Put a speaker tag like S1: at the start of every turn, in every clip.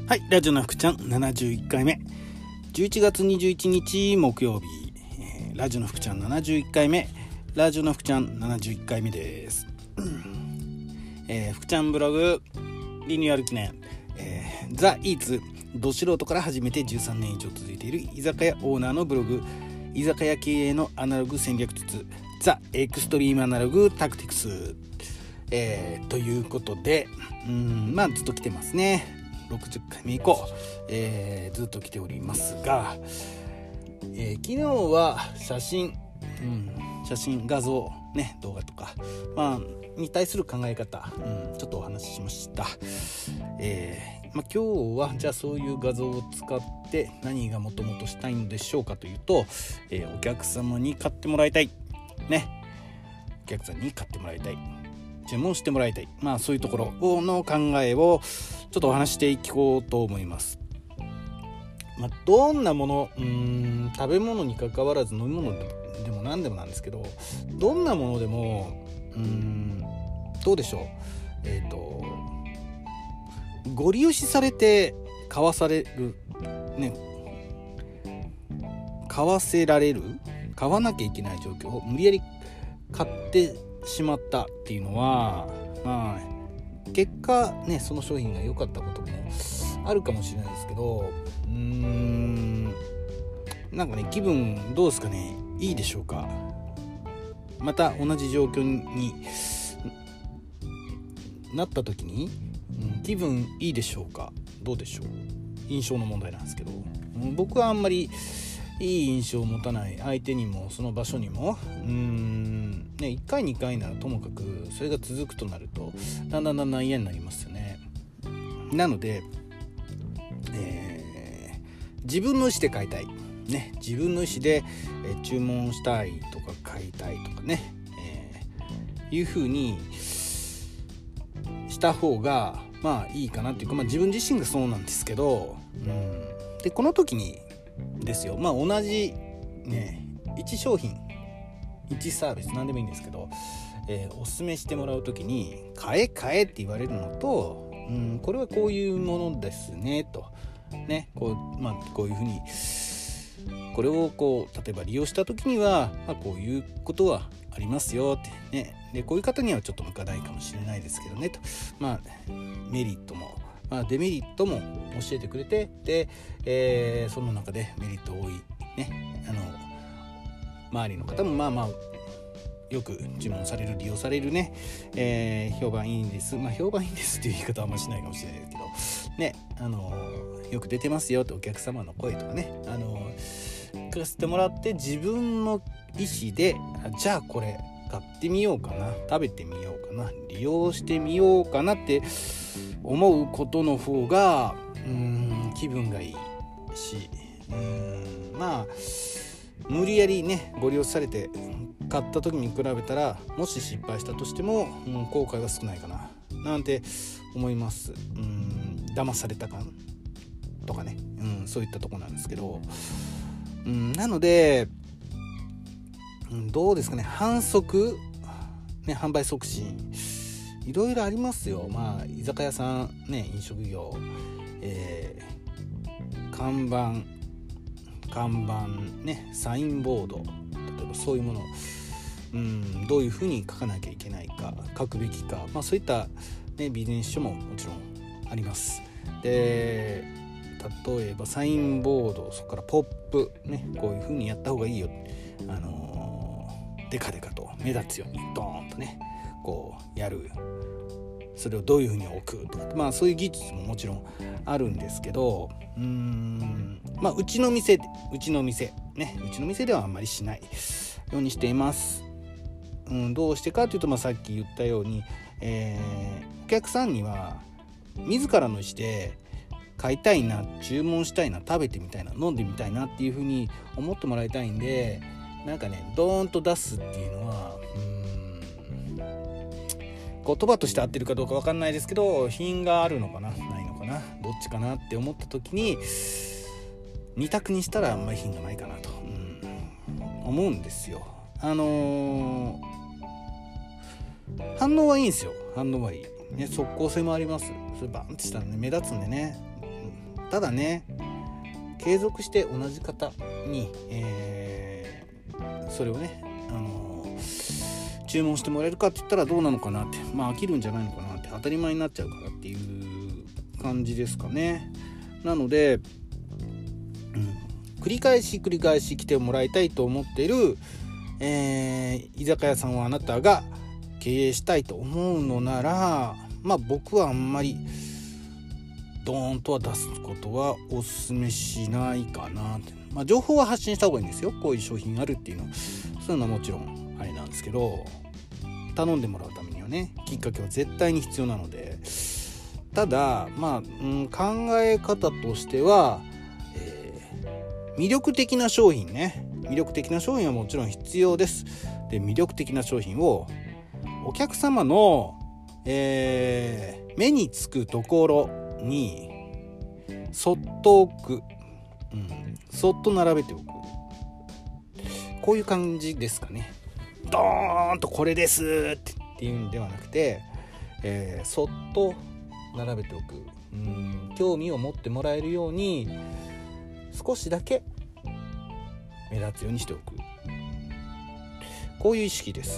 S1: はい、ラジオの福ちゃん71回目11月21日木曜日、ラジオの福ちゃん71回目ラジオの福ちゃん71回目です、福ちゃんブログリニューアル記念、ザ・イーツど素人から始めて13年以上続いている居酒屋オーナーのブログ、居酒屋経営のアナログ戦略術、ザ・エクストリームアナログタクティクス、ということでずっと来てますね。60回目以降、ずっと来ておりますが、昨日は写真画像ね、動画とか、に対する考え方、ちょっとお話ししました。今日はじゃあそういう画像を使って何がもともとしたいのでしょうかというと、お客様に買ってもらいたいね、お客さんに買ってもらいたい、注文してもらいたい、そういうところの考えをちょっとお話していこうと思います。どんなもの、食べ物に関わらず飲み物でも何でもなんですけど、どんなものでもどうでしょう、ご利用しされて買わされるね、買わせられる、買わなきゃいけない状況を無理やり買ってしまったっていうのは、結果ね、その商品が良かったこともあるかもしれないですけど、気分どうですかね、いいでしょうか。また同じ状況になった時に、気分いいでしょうか、どうでしょう、印象の問題なんですけど、僕はあんまりいい印象を持たない、相手にもその場所にも1回2回ならともかく、それが続くとなるとだんだん嫌になりますよね。なので、自分の意思で買いたいね、自分の意思で、注文したいとか買いたいとかね、いう風にした方がいいかなっていうか、自分自身がそうなんですけど、でこの時にですよ、同じね、1商品1サービス何でもいいんですけど、おすすめしてもらう時に買えって言われるのと、これはこういうものですねとね、こういうふうにこれを例えば利用した時には、こういうことはありますよってね、でこういう方にはちょっと向かないかもしれないですけどねと、メリットも、デメリットも教えてくれて、で、その中でメリット多いね、周りの方もよく注文される、利用されるね、評判いいんです。評判いいんですっていう言い方はあんましないかもしれないですけどね、よく出てますよってお客様の声とかね、聞かせてもらって、自分の意思でじゃあこれ買ってみようかな、食べてみようかな、利用してみようかなって思うことの方が気分がいいし、無理やりねご利用されて買った時に比べたら、もし失敗したとしても、後悔は少ないかななんて思います。騙された感とかね、そういったとこなんですけど、なので、どうですかね、販促ね、販売促進いろいろありますよ。居酒屋さんね、飲食業、看板ね、サインボード、例えばそういうもの、どういうふうに書かなきゃいけないか、書くべきか、そういった、ビジネス書ももちろんあります。で、例えばサインボード、そこからポップね、こういうふうにやった方がいいよ、デカデカと目立つようにドーンとねこうやる、それをどういうふうに置くとか、そういう技術ももちろんあるんですけど、うちの店ではあんまりしないようにしています。どうしてかというと、さっき言ったように、お客さんには自らの意思で買いたいな、注文したいな、食べてみたいな、飲んでみたいなっていうふうに思ってもらいたいんで、ドーンと出すっていうのは言葉として合ってるかどうか分かんないですけど、品があるのかな、ないのかな、どっちかなって思った時に、2択にしたらあんまり品がないかなと、思うんですよ。反応はいいんですよ。反応はいいね、即効性もあります。それバンってしたらね、目立つんでね、 ただね、継続して同じ方に、それをね、注文してもらえるかって言ったらどうなのかなって、飽きるんじゃないのかなって、当たり前になっちゃうからっていう感じですかね。なので、繰り返し来てもらいたいと思っている、居酒屋さんをあなたが経営したいと思うのなら、僕はあんまりドーンとは出すことはお勧めしないかなって。情報は発信した方がいいんですよ。こういう商品あるっていうの、そういうのはもちろんあれなんですけど、頼んでもらうためにはね、きっかけは絶対に必要なので。ただ考え方としては、魅力的な商品はもちろん必要です。で、魅力的な商品をお客様の、目につくところにそっと置く、そっと並べておく、こういう感じですかね。ドーンとこれですっていうんではなくて、そっと並べておく、興味を持ってもらえるように少しだけ目立つようにしておく、こういう意識です。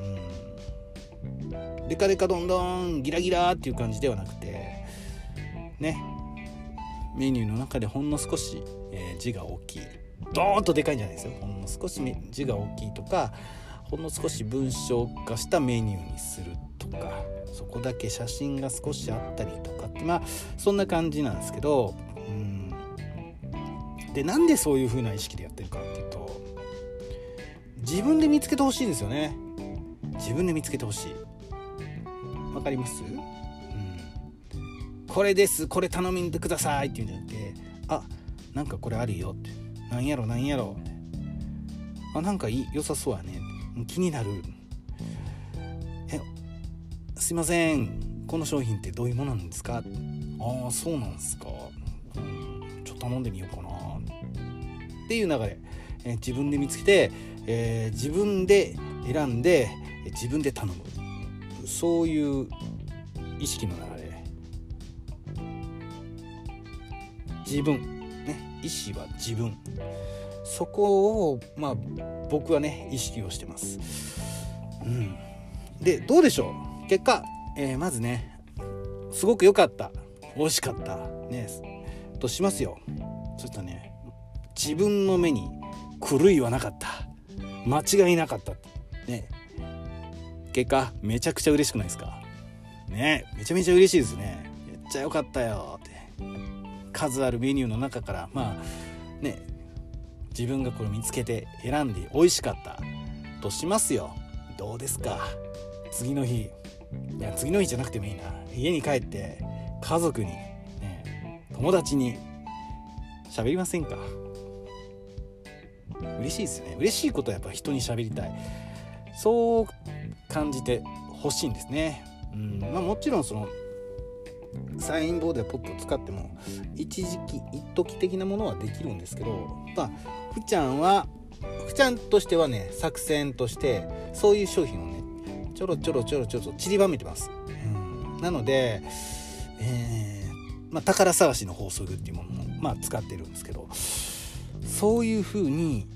S1: デカデカどんどんギラギラっていう感じではなくてね、メニューの中でほんの少し、字が大きい、ドーンとでかいんじゃないですよ。ほんの少し字が大きいとか、ほんの少し文章化したメニューにするとか、そこだけ写真が少しあったりとかって、そんな感じなんですけど、で、なんでそういう風な意識でやってるかっていうと、自分で見つけてほしいんですよね。自分で見つけてほしい。わかります？これです、これ頼みてくださいっていうんじゃなくて、なんかこれあるよって、なんやろなんか良さそうやね、気になる、すいません、この商品ってどういうものなんですか？そうなんですか、ちょっと頼んでみようかなっていう流れ、自分で見つけて、自分で選んで、自分で頼む、そういう意識の流れ。自分ね、意思は自分、そこを僕はね意識をしてます。で、どうでしょう、結果、まずね、すごく良かった、美味しかったねとしますよ。そしたらね、自分の目に狂いはなかった、間違いなかったね、結果めちゃくちゃ嬉しくないですかね。めちゃめちゃ嬉しいですね。めっちゃ良かったよって、数あるメニューの中から自分がこれ見つけて選んで美味しかったとしますよ。どうですか、次の日じゃなくてもいいな、家に帰って家族に、友達に喋りませんか？嬉しいですよね。嬉しいことはやっぱ人に喋りたい、そう感じてほしいんですね。もちろんそのサインボードやポップを使っても一時的なものはできるんですけど、ふちゃんとしてはね、作戦としてそういう商品をねちょろちょろ散りばめてます。なので、宝探しの法則っていうものも使ってるんですけど、そういう風に、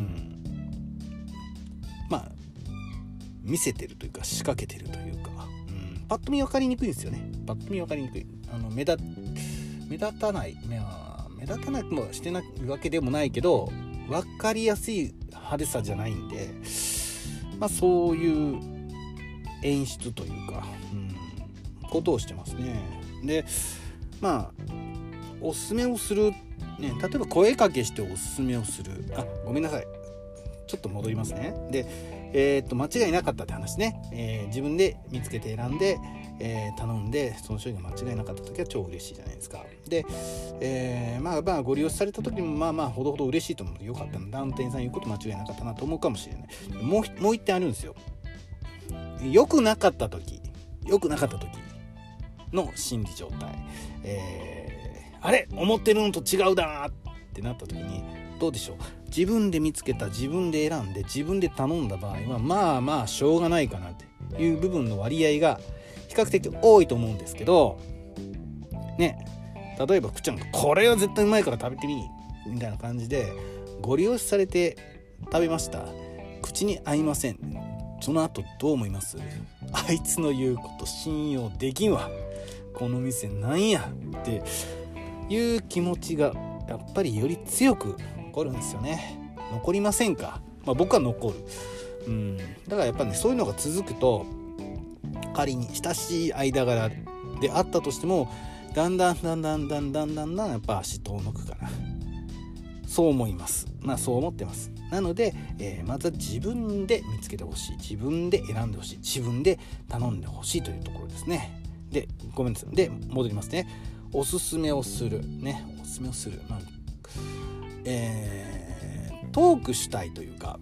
S1: 見せてるというか仕掛けてるというか、パッと見分かりにくいんですよね。目立たないもしてないわけでもないけど、分かりやすい派手さじゃないんで、そういう演出というか、ことをしてますね。で、おすすめをする、例えば声かけしておすすめをする、ごめんなさい、ちょっと戻りますね。で、間違いなかったって話ね、自分で見つけて選んで、頼んで、その商品が間違いなかった時は超嬉しいじゃないですか。で、ご利用された時もほどほど嬉しいと思うのでよかったな、店員さん言うこと間違いなかったなと思うかもしれない。もう一点あるんですよ。良くなかった時の心理状態、あれ思ってるのと違うだってなった時にどうでしょう。自分で見つけた、自分で選んで、自分で頼んだ場合はしょうがないかなっていう部分の割合が比較的多いと思うんですけどね。 例えば福ちゃんがこれは絶対うまいから食べてみみたいな感じでご利用しされて食べました。口に合いません。その後どう思います？あいつの言うこと信用できんわ、この店なんやっていう気持ちがやっぱりより強く残るんですよね。残りませんか？僕は残る。だからやっぱね、そういうのが続くと、仮に親しい間柄であったとしてもだんだんやっぱ足遠のくかな、そう思います。そう思ってます。なので、まずは自分で見つけてほしい、自分で選んでほしい、自分で頼んでほしいというところですね。で、ごめんなさい。で、戻りますね。おすすめをするね、おすすめをする、トークしたいというか、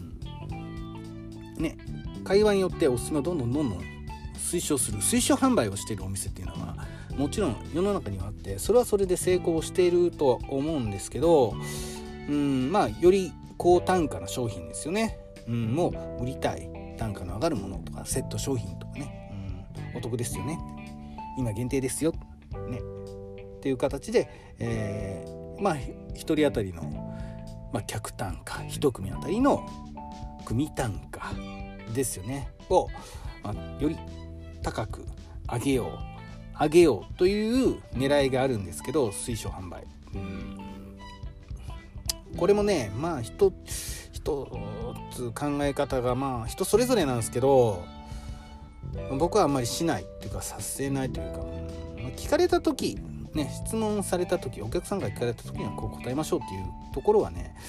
S1: 会話によっておすすめをどんどん推奨販売をしているお店っていうのはもちろん世の中にはあって、それはそれで成功しているとは思うんですけど、より高単価な商品ですよね。もう売りたい、単価の上がるものとかセット商品とかね、お得ですよね、今限定ですよねっていう形で、一人当たりの、客単価、一組当たりの組単価ですよねを、より高く上げようという狙いがあるんですけど、推奨販売、これもね、一つ考え方が人それぞれなんですけど、僕はあんまりしないっていうか、させないというか、聞かれた時ね、質問された時、お客さんが聞かれた時にはこう答えましょうっていうところはね、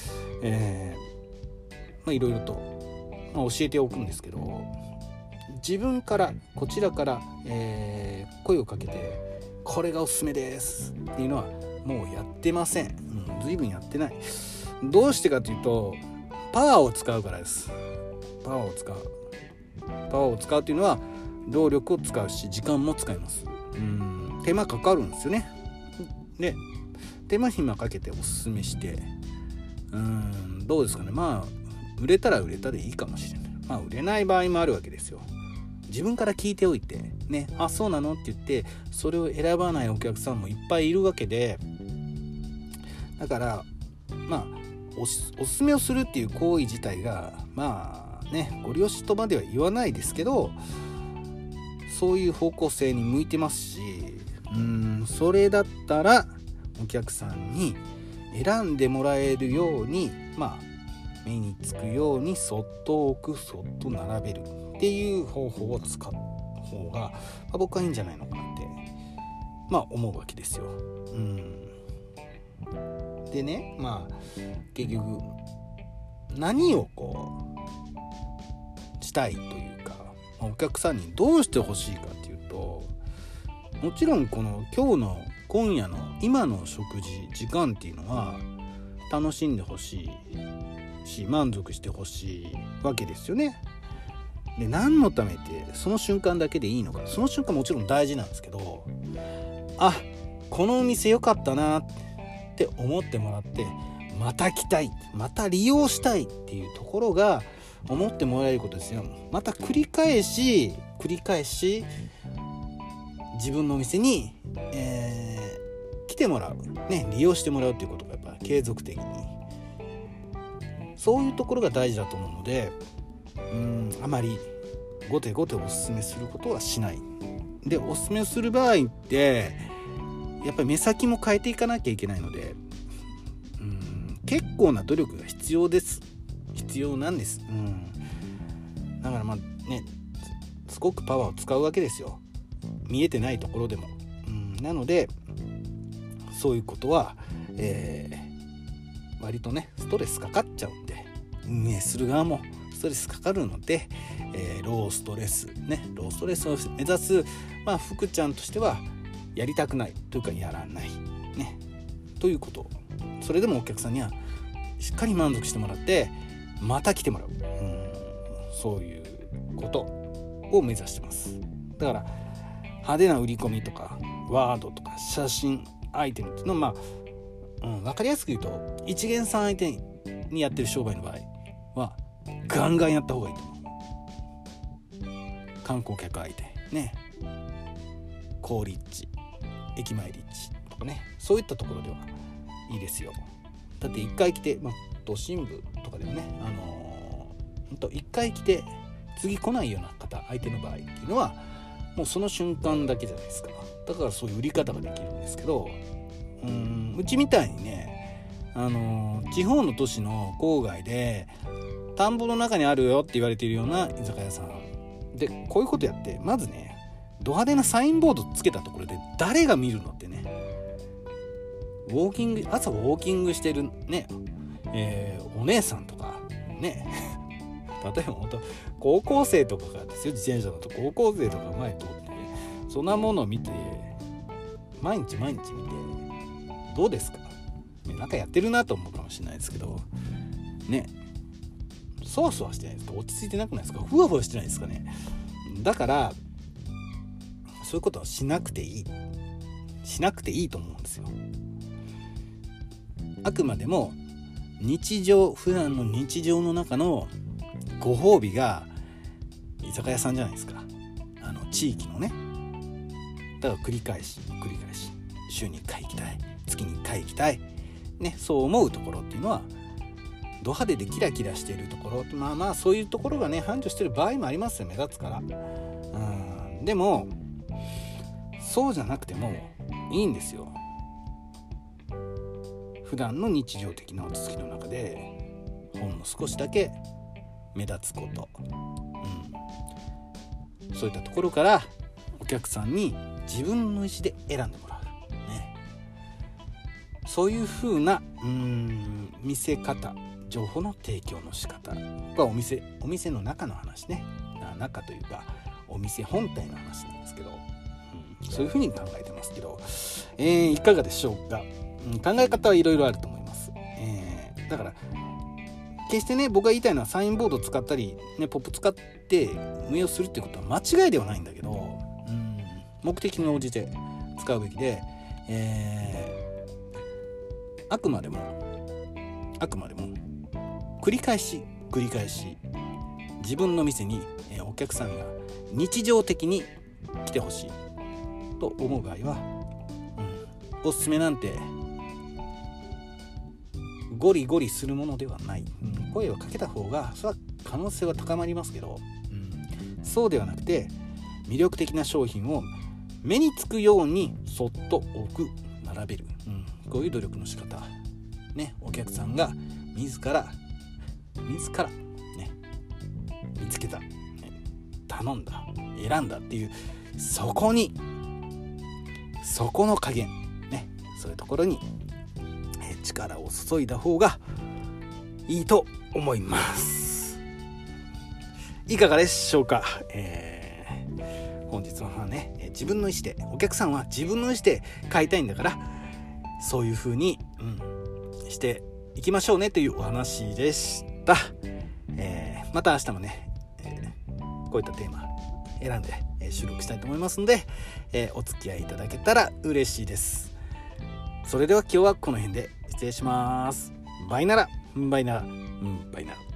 S1: いろいろと、教えておくんですけど、自分からこちらから、声をかけてこれがおすすめですっていうのはもうやってません。随分やってない。どうしてかというと、パワーを使うからです。パワーを使うっていうのは労力を使うし時間も使います。手間かかるんですよね。で、手間暇かけておすすめして、どうですかね。売れたら売れたでいいかもしれない。売れない場合もあるわけですよ。自分から聞いておいてね、そうなのって言ってそれを選ばないお客さんもいっぱいいるわけで、だからおすすめをするっていう行為自体がご利用しとまでは言わないですけど、そういう方向性に向いてますし、それだったらお客さんに選んでもらえるように、目につくようにそっと置く、そっと並べるっていう方法を使う方が、僕はいいんじゃないのかなって思うわけですよ。でね、結局何をしたいというか、お客さんにどうしてほしいかっていうと、もちろんこの今夜の今の食事時間っていうのは楽しんでほしいし満足してほしいわけですよね。で、何のためってその瞬間だけでいいのか、その瞬間もちろん大事なんですけど、このお店良かったなって思ってもらって、また来たい、また利用したいっていうところが思ってもらえることですよ。また繰り返し自分のお店に、来てもらう、利用してもらうということがやっぱ継続的に、そういうところが大事だと思うので、あまり後手おすすめすることはしない。で、おすすめする場合ってやっぱり目先も変えていかなきゃいけないので、結構な努力が必要なんです。だからすごくパワーを使うわけですよ、見えてないところでも。なのでそういうことは、割とねストレスかかっちゃうんで、運営する側もストレスかかるので、ローストレスを目指す、福ちゃんとしてはやりたくないというかやらないねということ。それでもお客さんにはしっかり満足してもらってまた来てもらう、そういうことを目指してます。だから派手な売り込みとかワードとか写真アイテムっていうのは分かりやすく言うと一元さん相手にやってる商売の場合はガンガンやった方がいいと思う。観光客相手ね、好立地、駅前立地とかね、そういったところではいいですよ。だって1回来て、都心部とかでもね、1回来て次来ないような方、相手の場合っていうのはもうその瞬間だけじゃないですか。だからそういう売り方ができるんですけど、うちみたいにね、地方の都市の郊外で田んぼの中にあるよって言われているような居酒屋さんでこういうことやって、まずねド派手なサインボードつけたところで誰が見るのってね、朝ウォーキングしてるね、お姉さんとかね例えば本当高校生とかがですよ、自転車だと高校生とか前通って、そんなものを見て毎日見てどうですか、なんかやってるなと思うかもしれないですけどね、そわそわしてないですか、落ち着いてなくないですか、ふわふわしてないですかね。だからそういうことはしなくていいと思うんですよ。あくまでも普段の日常の中のご褒美が居酒屋さんじゃないですか。地域のね、だから繰り返し週に1回行きたい、月に1回行きたいね、そう思うところっていうのはド派手でキラキラしているところ、そういうところがね繁盛してる場合もありますよ、目立つから。でもそうじゃなくてもいいんですよ。普段の日常的な落ち着きの中でほんの少しだけ目立つこと、そういったところからお客さんに自分の意思で選んでもらう、ね、そういう風な見せ方、情報の提供の仕方はお店の中の話ね、中というかお店本体の話なんですけど、そういう風に考えてますけど、いかがでしょうか。考え方はいろいろあると思います。だから決してね、僕が言いたいのはサインボード使ったり、ね、ポップ使って運用するってことは間違いではないんだけど、目的に応じて使うべきで、あくまでも繰り返し自分の店に、お客さんが日常的に来てほしいと思う場合は、おすすめなんてゴリゴリするものではない、声をかけた方がそれは可能性は高まりますけど、そうではなくて魅力的な商品を目につくようにそっと置く、並べる、こういう努力の仕方ね、お客さんが自ら、ね、見つけた、ね、頼んだ、選んだっていうそこの加減ね、そういうところに力を注いだ方がいいと思います。いかがでしょうか。本日はね、自分の意思で、お客さんは自分の意思で買いたいんだから、そういう風に、していきましょうねというお話でした。また明日もね、こういったテーマ選んで、収録したいと思いますので、お付き合いいただけたら嬉しいです。それでは今日はこの辺で失礼します。バイナラ。